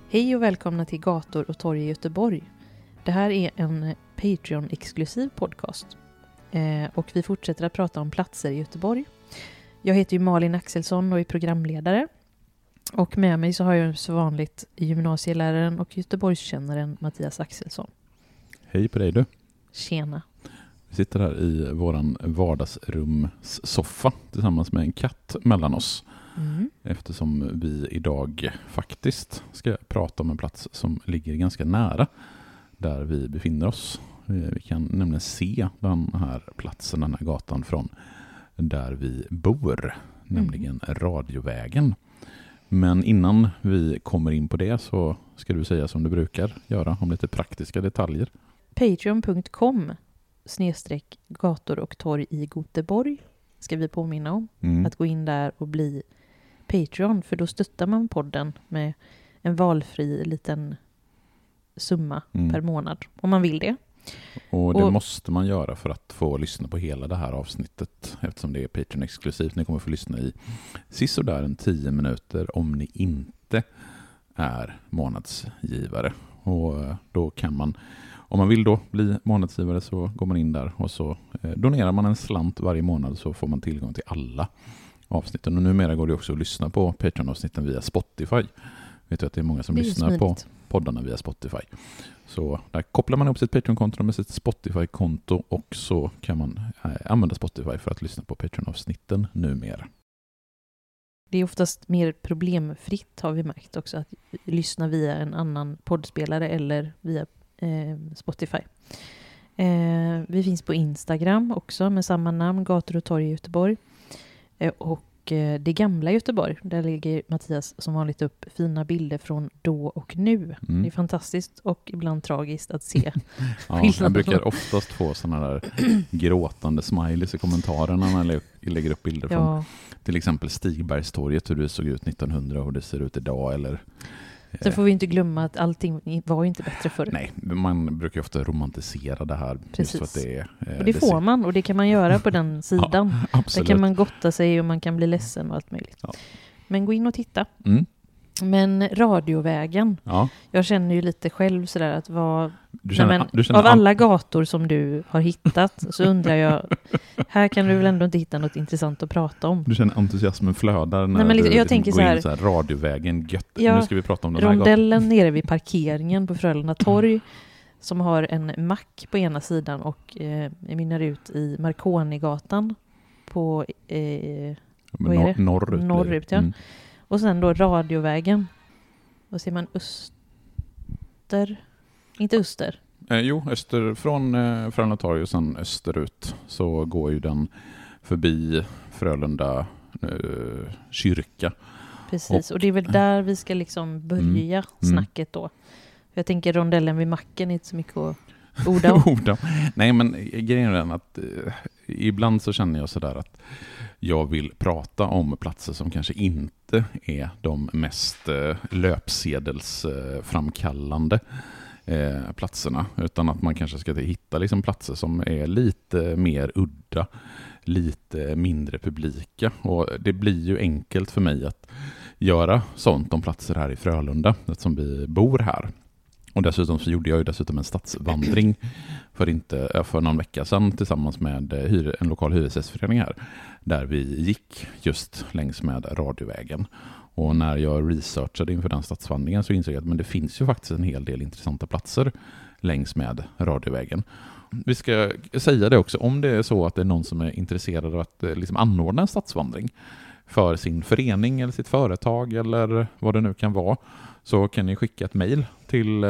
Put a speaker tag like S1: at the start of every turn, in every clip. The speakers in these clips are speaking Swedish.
S1: Hej och välkomna till Gator och torg i Göteborg. Det här är en Patreon-exklusiv podcast. Och vi fortsätter att prata om platser i Göteborg. Jag heter ju Malin Axelsson och är programledare. Och med mig så har jag som vanligt gymnasieläraren och Göteborgskännaren Mattias Axelsson.
S2: Hej på dig du.
S1: Tjena.
S2: Vi sitter här i våran vardagsrumssoffa tillsammans med en katt mellan oss. Eftersom vi idag faktiskt ska prata om en plats som ligger ganska nära där vi befinner oss. Vi kan nämligen se den här platsen, den här gatan från där vi bor, nämligen Radiovägen. Men innan vi kommer in på det så ska du säga som du brukar göra om lite praktiska detaljer.
S1: Patreon.com/gator och torg i Göteborg ska vi påminna om. Att gå in där och bli Patreon, för då stöttar man podden med en valfri liten summa per månad om man vill det.
S2: Och det måste man göra för att få lyssna på hela det här avsnittet, eftersom det är Patreon-exklusivt. Ni kommer få lyssna i sisådär en 10 minuter om ni inte är månadsgivare. Och då kan man, om man vill då bli månadsgivare, så går man in där och så donerar man en slant varje månad, så får man tillgång till alla avsnitten. Och numera går det också att lyssna på Patreon-avsnitten via Spotify. Vet du att det är många som lyssnar på poddarna via Spotify. Så där kopplar man upp sitt Patreon-konto med sitt Spotify-konto, och så kan man använda Spotify för att lyssna på Patreon-avsnitten numera.
S1: Det är oftast mer problemfritt, har vi märkt också, att lyssna via en annan poddspelare eller via Spotify. Vi finns på Instagram också med samma namn, Gator och torg i Göteborg. Och det gamla Göteborg, där lägger Mattias som vanligt upp fina bilder från då och nu. Det är fantastiskt och ibland tragiskt att se.
S2: Jag brukar oftast få sådana där gråtande smileys i kommentarerna när jag lägger upp bilder från till exempel Stigbergstorget, hur det såg ut 1900 och hur det ser ut idag. Eller
S1: så får vi inte glömma att allting var inte bättre förr.
S2: Nej, man brukar ju ofta romantisera det här.
S1: Precis.
S2: Just för att det är,
S1: och det får man, och det kan man göra på den sidan. Där kan man gotta sig och man kan bli ledsen och allt möjligt. Ja. Men gå in och titta. Men Radiovägen. Ja. Jag känner ju lite själv sådär att av alla gator som du har hittat så undrar jag, här kan du väl ändå inte hitta något intressant att prata om.
S2: Du känner entusiasmen flödar när
S1: jag tänker
S2: går in så här, Radiovägen, gött. Nu ska vi prata om den här
S1: rondellen nere vid parkeringen på Frölunda torg som har en mack på ena sidan och mynnar ut i Marconigatan på norrut. Ja. Och sen då Radiovägen. Vad ser man? Inte öster.
S2: Öster från Frölunda torg och sen österut så går ju den förbi Frölunda kyrka.
S1: Precis, och det är väl där vi ska liksom börja snacket då. Jag tänker rondellen vid macken är inte så mycket att orda om.
S2: Nej, men grejen är den att ibland så känner jag sådär att jag vill prata om platser som kanske inte är de mest löpsedelsframkallande platserna, utan att man kanske ska hitta liksom platser som är lite mer udda, lite mindre publika. Och det blir ju enkelt för mig att göra sånt om platser här i Frölunda, eftersom vi bor här. Och dessutom så gjorde jag ju en stadsvandring för någon vecka sedan tillsammans med en lokal hyresgästförening här, där vi gick just längs med Radiovägen. Och när jag researchade inför den stadsvandringen så insåg jag att det finns ju faktiskt en hel del intressanta platser längs med Radiovägen. Vi ska säga det också, om det är så att det är någon som är intresserad av att liksom anordna en stadsvandring för sin förening eller sitt företag eller vad det nu kan vara, så kan ni skicka ett mejl till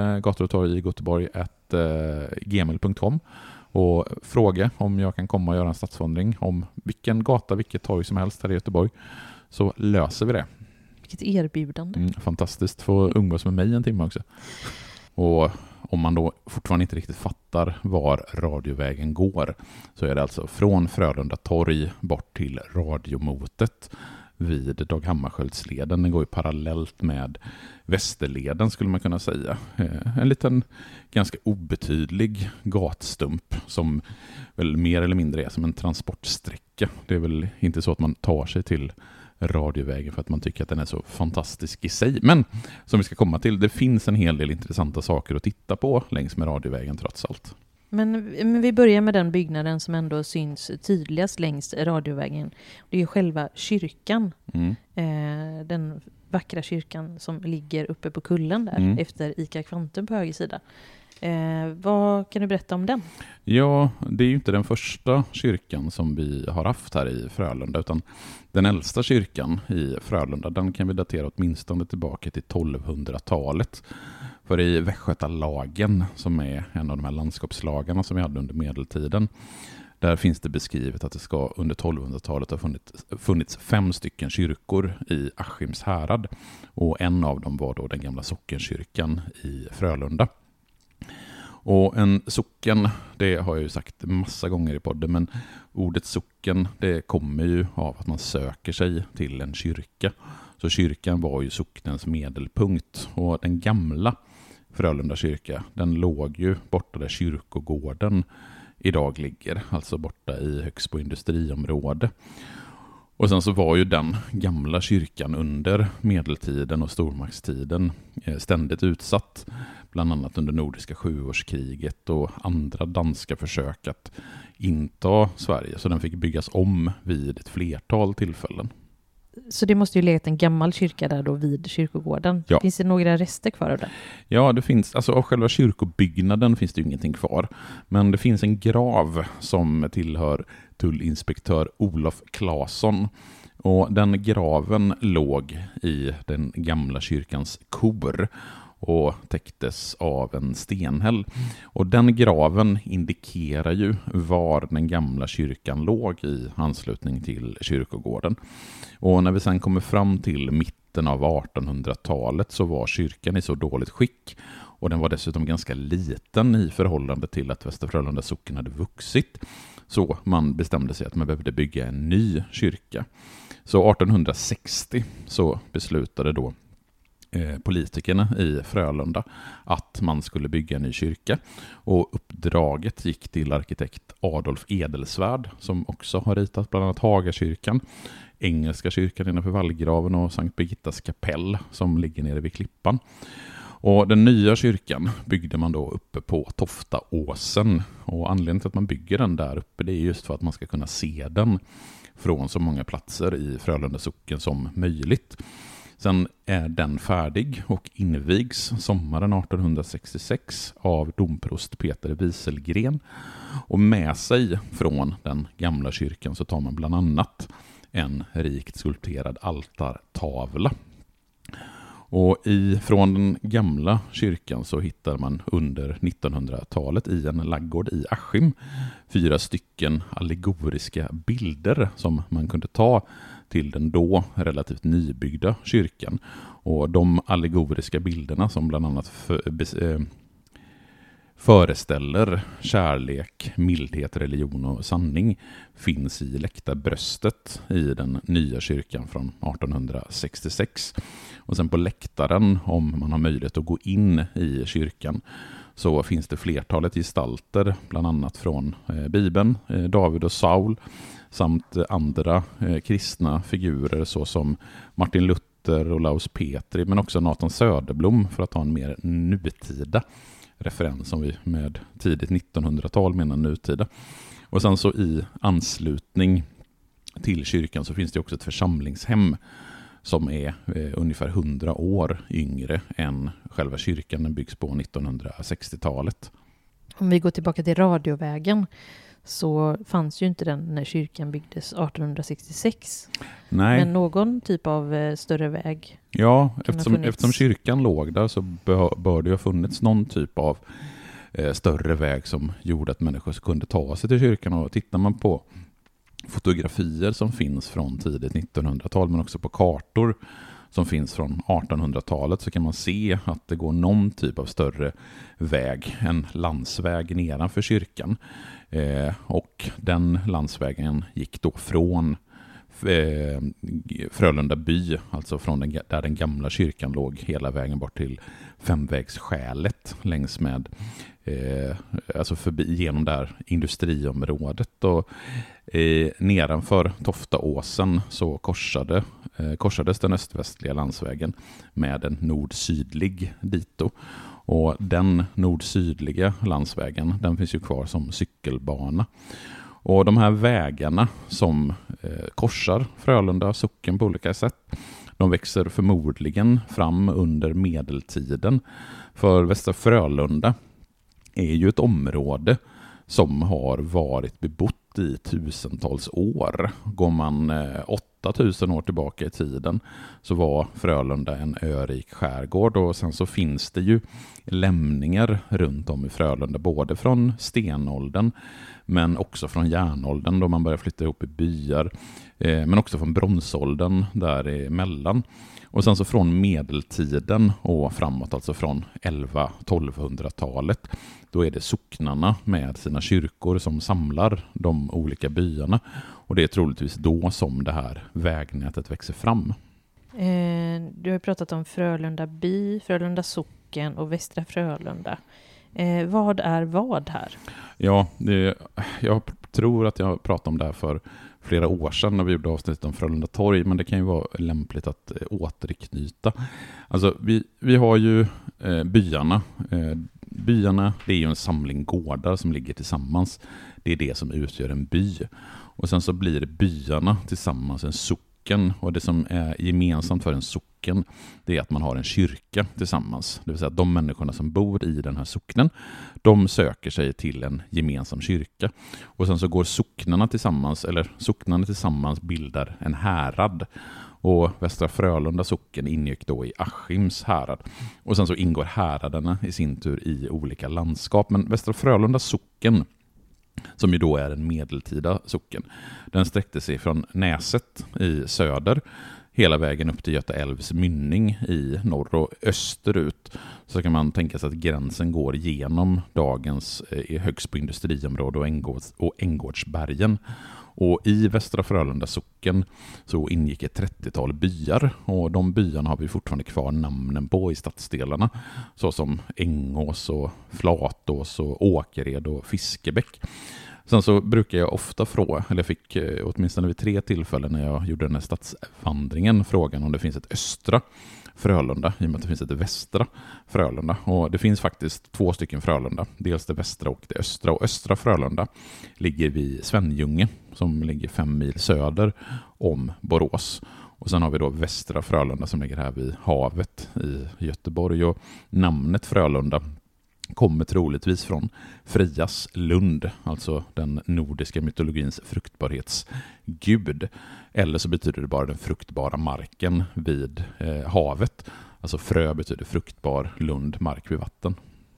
S2: gatortorg@gmail.com och fråga om jag kan komma och göra en stadsvandring om vilken gata, vilket torg som helst här i Göteborg, så löser vi det.
S1: Vilket erbjudande.
S2: Fantastiskt, få umgås med mig en timme också. Och om man då fortfarande inte riktigt fattar var Radiovägen går, så är det alltså från Frölunda torg bort till Radiomotet vid Dag Hammarskjöldsleden. Den går ju parallellt med Västerleden, skulle man kunna säga. En liten ganska obetydlig gatstump som väl mer eller mindre är som en transportsträcka. Det är väl inte så att man tar sig till Radiovägen för att man tycker att den är så fantastisk i sig. Men som vi ska komma till, det finns en hel del intressanta saker att titta på längs med Radiovägen trots allt.
S1: Men vi börjar med den byggnaden som ändå syns tydligast längs Radiovägen. Det är ju själva kyrkan. Den vackra kyrkan som ligger uppe på kullen där efter ICA Kvantum på höger sida. Vad kan du berätta om den?
S2: Ja, det är ju inte den första kyrkan som vi har haft här i Frölunda, utan den äldsta kyrkan i Frölunda, den kan vi datera åtminstone tillbaka till 1200-talet. För i Västgötalagen, som är en av de här landskapslagarna som vi hade under medeltiden, där finns det beskrivet att det ska under 1200-talet ha funnits 5 stycken kyrkor i Askims härad. Och en av dem var då den gamla sockenkyrkan i Frölunda. Och en socken, det har jag ju sagt massa gånger i podden, men ordet socken, det kommer ju av att man söker sig till en kyrka. Så kyrkan var ju socknens medelpunkt, och den gamla Frölunda kyrka, den låg ju borta där kyrkogården idag ligger, alltså borta i Högsbo industriområde. Och sen så var ju den gamla kyrkan under medeltiden och stormaktstiden ständigt utsatt, bland annat under Nordiska sjuårskriget och andra danska försök att inta Sverige. Så den fick byggas om vid ett flertal tillfällen.
S1: Så det måste ju legat en gammal kyrka där då vid kyrkogården.
S2: Ja.
S1: Finns det några rester kvar av det?
S2: Ja, det finns, alltså av själva kyrkobyggnaden finns det ju ingenting kvar. Men det finns en grav som tillhör tullinspektör Olof Claesson. Och den graven låg i den gamla kyrkans kor och täcktes av en stenhäll. Och den graven indikerar ju var den gamla kyrkan låg i anslutning till kyrkogården. Och när vi sen kommer fram till mitten av 1800-talet så var kyrkan i så dåligt skick, och den var dessutom ganska liten i förhållande till att Västra Frölunda socken hade vuxit. Så man bestämde sig att man behövde bygga en ny kyrka. Så 1860 så beslutade då politikerna i Frölunda att man skulle bygga en ny kyrka, och uppdraget gick till arkitekt Adolf Edelsvärd som också har ritat bland annat Hagakyrkan, Engelska kyrkan innanför Vallgraven och Sankt Birgittas kapell som ligger nere vid Klippan. Och den nya kyrkan byggde man då uppe på Toftaåsen, och anledningen till att man bygger den där uppe, det är just för att man ska kunna se den från så många platser i Frölunda socken som möjligt. Sen är den färdig och invigs sommaren 1866 av domprost Peter Wieselgren. Och med sig från den gamla kyrkan så tar man bland annat en rikt skulpterad altartavla. Och från den gamla kyrkan så hittar man under 1900-talet i en laggård i Askim 4 stycken allegoriska bilder som man kunde ta till den då relativt nybyggda kyrkan. Och de allegoriska bilderna som bland annat föreställer kärlek, mildhet, religion och sanning finns i läktarbröstet i den nya kyrkan från 1866. Och sen på läktaren, om man har möjlighet att gå in i kyrkan, så finns det flertalet gestalter, bland annat från Bibeln, David och Saul, samt andra kristna figurer såsom Martin Luther och Laus Petri, men också Nathan Söderblom, för att ha en mer nutida referens som vi med tidigt 1900-tal menar nutida. Och sen så i anslutning till kyrkan så finns det också ett församlingshem som är ungefär 100 år yngre än själva kyrkan. Den byggs på 1960-talet.
S1: Om vi går tillbaka till Radiovägen så fanns ju inte den när kyrkan byggdes 1866.
S2: Nej.
S1: Men någon typ av större väg.
S2: Ja, eftersom kyrkan låg där så bör det ha funnits någon typ av större väg som gjorde att människor kunde ta sig till kyrkan. Och tittar man på fotografier som finns från tidigt 1900-tal, men också på kartor som finns från 1800-talet, så kan man se att det går någon typ av större väg, en landsväg nedanför kyrkan. Och den landsvägen gick då från Frölunda by, alltså från där den gamla kyrkan låg, hela vägen bort till Femvägsskälet längs med alltså förbi genom det här industriområdet. Och nedanför Toftaåsen så korsades den östvästliga landsvägen med en nord-sydlig dito. Och den nord-sydliga landsvägen, den finns ju kvar som cykelbana. Och de här vägarna som korsar Frölunda socken på olika sätt, de växer förmodligen fram under medeltiden. För Västra Frölunda är ju ett område som har varit bebott i tusentals år. Går man 8000 år tillbaka i tiden så var Frölunda en örik skärgård, och sen så finns det ju lämningar runt om i Frölunda, både från stenåldern men också från järnåldern då man börjar flytta ihop i byar, men också från bronsåldern däremellan. Och sen så från medeltiden och framåt, alltså från 1100-1200-talet, då är det socknarna med sina kyrkor som samlar de olika byarna. Och det är troligtvis då som det här vägnätet växer fram.
S1: Du har pratat om Frölunda by, Frölunda socken och Västra Frölunda. Vad är vad här?
S2: Ja, jag tror att jag pratade om det här för flera år sedan när vi gjorde avsnitt om Frölunda torg, men det kan ju vara lämpligt att återknyta. Alltså vi har ju byarna. Byarna, det är ju en samling gårdar som ligger tillsammans. Det är det som utgör en by. Och sen så blir byarna tillsammans en socken, och det som är gemensamt för en socken, det är att man har en kyrka tillsammans. Det vill säga att de människorna som bor i den här socknen, de söker sig till en gemensam kyrka. Och sen så går socknarna tillsammans bildar en härad. Och Västra Frölunda socken ingick då i Askims härad. Och sen så ingår häraderna i sin tur i olika landskap. Men Västra Frölunda socken, som ju då är en medeltida socken, den sträckte sig från Näset i söder hela vägen upp till Göta älvs mynning i norr, och österut så kan man tänka sig att gränsen går genom dagens högst på industriområde och Änggårdsbergen. Och i Västra Frölunda socken så ingick ett 30-tal byar, och de byarna har vi fortfarande kvar namnen på i stadsdelarna, såsom Ängås och Flatås och Åkered och Fiskebäck. Sen så brukar jag ofta fråga, eller jag fick åtminstone vid 3 tillfällen när jag gjorde den här stadsvandringen, frågan om det finns ett östra Frölunda, i och med att det finns ett västra Frölunda. Och det finns faktiskt 2 stycken Frölunda, dels det västra och det östra. Och östra Frölunda ligger vid Svenljunge, som ligger 5 mil söder om Borås. Och sen har vi då Västra Frölunda som ligger här vid havet i Göteborg. Och namnet Frölunda kommer troligtvis från Frias Lund, alltså den nordiska mytologins fruktbarhetsgud. Eller så betyder det bara den fruktbara marken vid havet. Alltså frö betyder fruktbar, lund, mark vid vatten.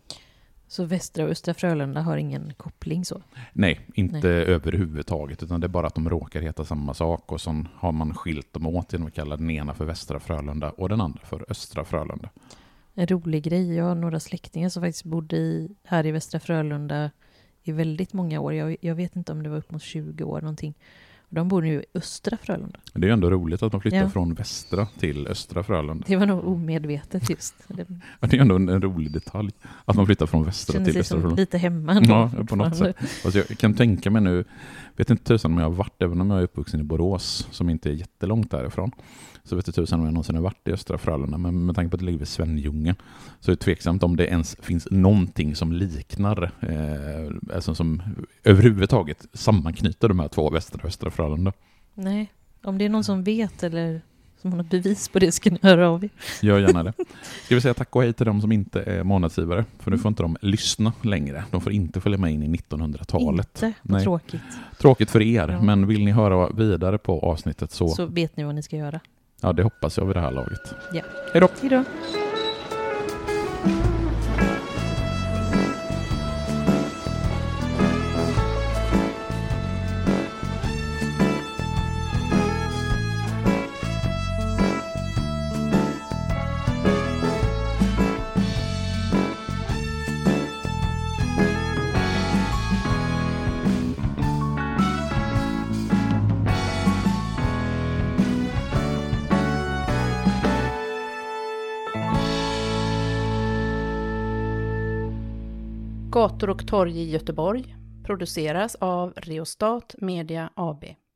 S1: Så Västra och Östra Frölunda har ingen koppling så?
S2: Nej, inte överhuvudtaget, utan det är bara att de råkar heta samma sak, och så har man skilt dem åt genom att kalla den ena för Västra Frölunda och den andra för Östra Frölunda.
S1: En rolig grej, jag har några släktingar som faktiskt bodde här i Västra Frölunda i väldigt många år. Jag vet inte om det var upp mot 20 år någonting. De bor nu i Östra Frölunda. Det
S2: är ju ändå roligt att de flyttar från Västra till Östra Frölunda.
S1: Det var nog omedvetet just.
S2: Det är ändå en rolig detalj att man flyttar från Västra till Östra Frölunda.
S1: Lite hemma.
S2: Ja, på något sätt. Alltså jag kan tänka mig nu, vet inte tusan om jag har varit, även om jag är uppvuxen i Borås som inte är jättelångt därifrån. Så vet jag tusan om jag någonsin har varit i Östra Frölunda, men med tanke på att det ligger vid Svenljunge så är det tveksamt om det ens finns någonting som liknar, alltså som överhuvudtaget sammanknyter de här 2 Västra och Östra Frölunda.
S1: Nej, om det är någon som vet eller som har något bevis på det ska ni höra av er.
S2: Gör gärna det. Ska vi säga tack och hej till de som inte är månadsgivare, för nu får inte de lyssna längre. De får inte följa med in i 1900-talet.
S1: Inte, vad tråkigt.
S2: Tråkigt för er, men vill ni höra vidare på avsnittet så
S1: vet ni vad ni ska göra.
S2: Ja, det hoppas jag vid det här laget.
S1: Ja.
S2: Hej då!
S1: Hej då!
S3: Gator och torg i Göteborg produceras av Reostat Media AB.